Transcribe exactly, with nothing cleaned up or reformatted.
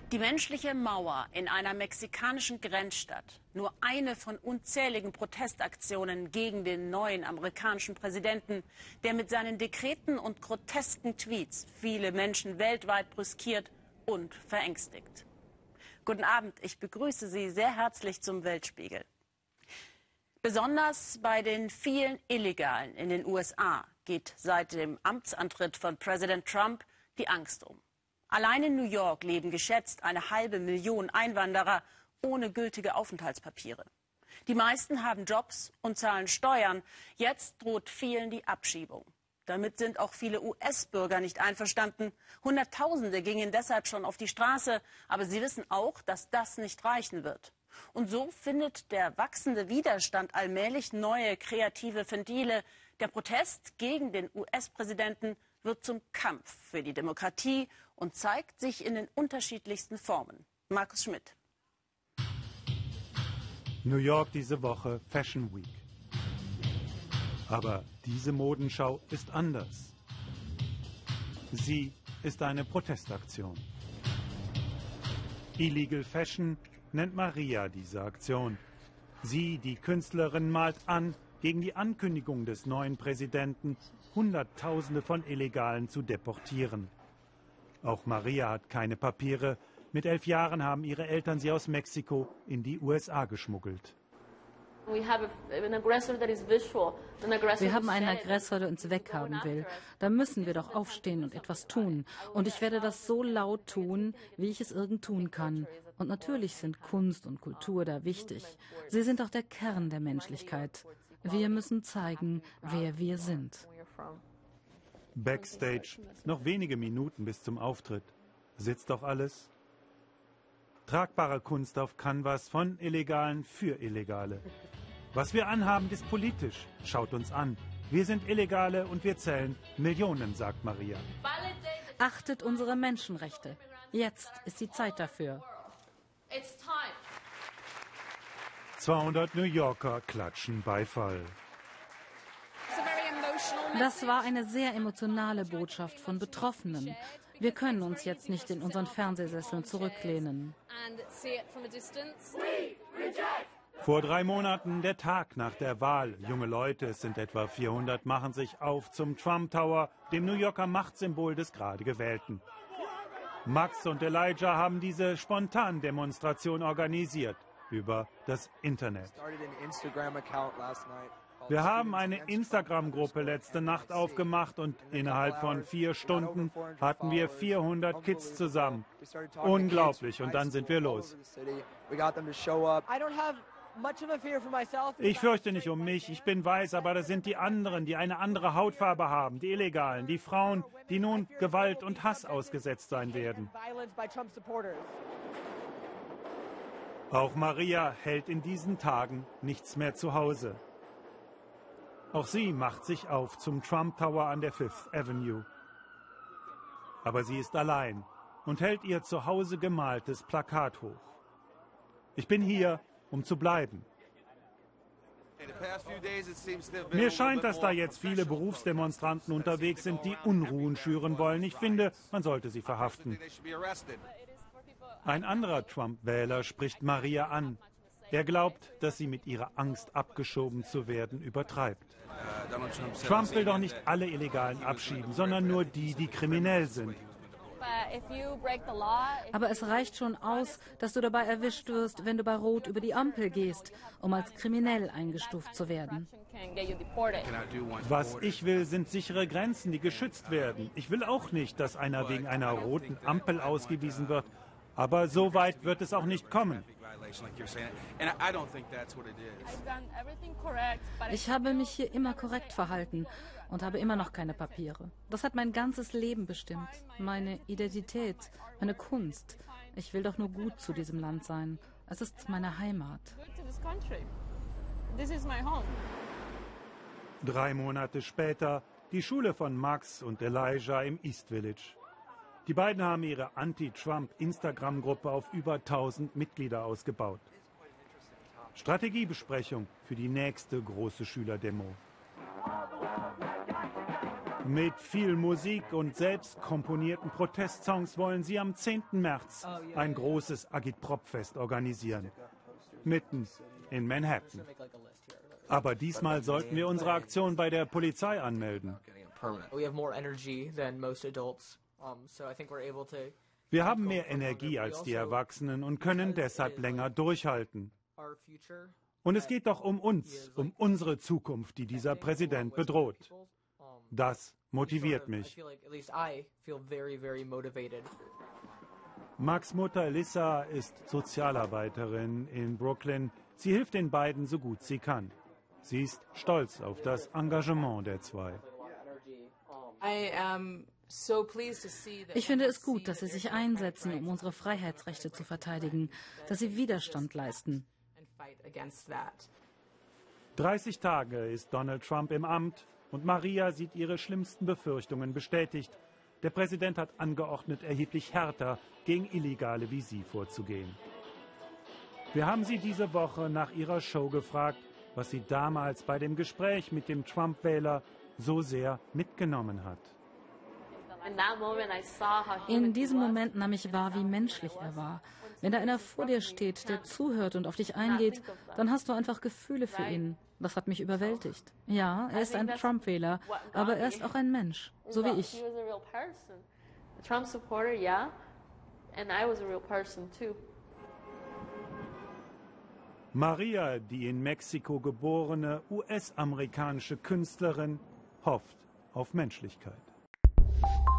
Die menschliche Mauer in einer mexikanischen Grenzstadt. Nur eine von unzähligen Protestaktionen gegen den neuen amerikanischen Präsidenten, der mit seinen Dekreten und grotesken Tweets viele Menschen weltweit brüskiert und verängstigt. Guten Abend, ich begrüße Sie sehr herzlich zum Weltspiegel. Besonders bei den vielen Illegalen in den U S A geht seit dem Amtsantritt von Präsident Trump die Angst um. Allein in New York leben geschätzt eine halbe Million Einwanderer ohne gültige Aufenthaltspapiere. Die meisten haben Jobs und zahlen Steuern. Jetzt droht vielen die Abschiebung. Damit sind auch viele U S-Bürger nicht einverstanden. Hunderttausende gingen deshalb schon auf die Straße. Aber sie wissen auch, dass das nicht reichen wird. Und so findet der wachsende Widerstand allmählich neue kreative Ventile. Der Protest gegen den U S-Präsidenten wird zum Kampf für die Demokratie und zeigt sich in den unterschiedlichsten Formen. Markus Schmidt. New York diese Woche Fashion Week. Aber diese Modenschau ist anders. Sie ist eine Protestaktion. Illegal Fashion nennt Maria diese Aktion. Sie, die Künstlerin, malt an gegen die Ankündigung des neuen Präsidenten, Hunderttausende von Illegalen zu deportieren. Auch Maria hat keine Papiere. Mit elf Jahren haben ihre Eltern sie aus Mexiko in die U S A geschmuggelt. Wir haben einen Aggressor, der uns weghaben will. Da müssen wir doch aufstehen und etwas tun. Und ich werde das so laut tun, wie ich es irgend tun kann. Und natürlich sind Kunst und Kultur da wichtig. Sie sind auch der Kern der Menschlichkeit. Wir müssen zeigen, wer wir sind. Backstage, noch wenige Minuten bis zum Auftritt. Sitzt doch alles? Tragbare Kunst auf Canvas von Illegalen für Illegale. Was wir anhaben, ist politisch. Schaut uns an. Wir sind Illegale und wir zählen Millionen, sagt Maria. Achtet unsere Menschenrechte. Jetzt ist die Zeit dafür. zweihundert New Yorker klatschen Beifall. Das war eine sehr emotionale Botschaft von Betroffenen. Wir können uns jetzt nicht in unseren Fernsehsesseln zurücklehnen. Vor drei Monaten, der Tag nach der Wahl. Junge Leute, es sind etwa vierhundert, machen sich auf zum Trump Tower, dem New Yorker Machtsymbol des gerade Gewählten. Max und Elijah haben diese Spontandemonstration organisiert über das Internet. Wir haben eine Instagram-Gruppe letzte Nacht aufgemacht und innerhalb von vier Stunden hatten wir vierhundert Kids zusammen. Unglaublich, und dann sind wir los. Ich fürchte nicht um mich, ich bin weiß, aber das sind die anderen, die eine andere Hautfarbe haben, die Illegalen, die Frauen, die nun Gewalt und Hass ausgesetzt sein werden. Auch Maria hält in diesen Tagen nichts mehr zu Hause. Auch sie macht sich auf zum Trump Tower an der Fifth Avenue. Aber sie ist allein und hält ihr zu Hause gemaltes Plakat hoch. Ich bin hier, um zu bleiben. Mir scheint, dass da jetzt viele Berufsdemonstranten unterwegs sind, die Unruhen schüren wollen. Ich finde, man sollte sie verhaften. Ein anderer Trump-Wähler spricht Maria an. Er glaubt, dass sie mit ihrer Angst, abgeschoben zu werden, übertreibt. Trump will doch nicht alle Illegalen abschieben, sondern nur die, die kriminell sind. Aber es reicht schon aus, dass du dabei erwischt wirst, wenn du bei Rot über die Ampel gehst, um als kriminell eingestuft zu werden. Was ich will, sind sichere Grenzen, die geschützt werden. Ich will auch nicht, dass einer wegen einer roten Ampel ausgewiesen wird. Aber so weit wird es auch nicht kommen. Ich habe mich hier immer korrekt verhalten und habe immer noch keine Papiere. Das hat mein ganzes Leben bestimmt. Meine Identität, meine Kunst. Ich will doch nur gut zu diesem Land sein. Es ist meine Heimat. Drei Monate später die Schule von Max und Elijah im East Village. Die beiden haben ihre Anti-Trump-Instagram-Gruppe auf über tausend Mitglieder ausgebaut. Strategiebesprechung für die nächste große Schülerdemo. Mit viel Musik und selbst komponierten Protestsongs wollen sie am zehnten März ein großes Agitprop-Fest organisieren. Mitten in Manhattan. Aber diesmal sollten wir unsere Aktion bei der Polizei anmelden. Wir haben mehr Energie als die Erwachsenen und können deshalb länger durchhalten. Und es geht doch um uns, um unsere Zukunft, die dieser Präsident bedroht. Das motiviert mich. Max' Mutter Lissa ist Sozialarbeiterin in Brooklyn. Sie hilft den beiden so gut sie kann. Sie ist stolz auf das Engagement der zwei. Ich finde es gut, dass sie sich einsetzen, um unsere Freiheitsrechte zu verteidigen, dass sie Widerstand leisten. dreißig Tage ist Donald Trump im Amt und Maria sieht ihre schlimmsten Befürchtungen bestätigt. Der Präsident hat angeordnet, erheblich härter gegen Illegale wie sie vorzugehen. Wir haben sie diese Woche nach ihrer Show gefragt, was sie damals bei dem Gespräch mit dem Trump-Wähler so sehr mitgenommen hat. In diesem Moment nahm ich wahr, wie menschlich er war. Wenn da einer vor dir steht, der zuhört und auf dich eingeht, dann hast du einfach Gefühle für ihn. Das hat mich überwältigt. Ja, er ist ein Trump-Wähler, aber er ist auch ein Mensch, so wie ich. Maria, die in Mexiko geborene U S-amerikanische Künstlerin, hofft auf Menschlichkeit.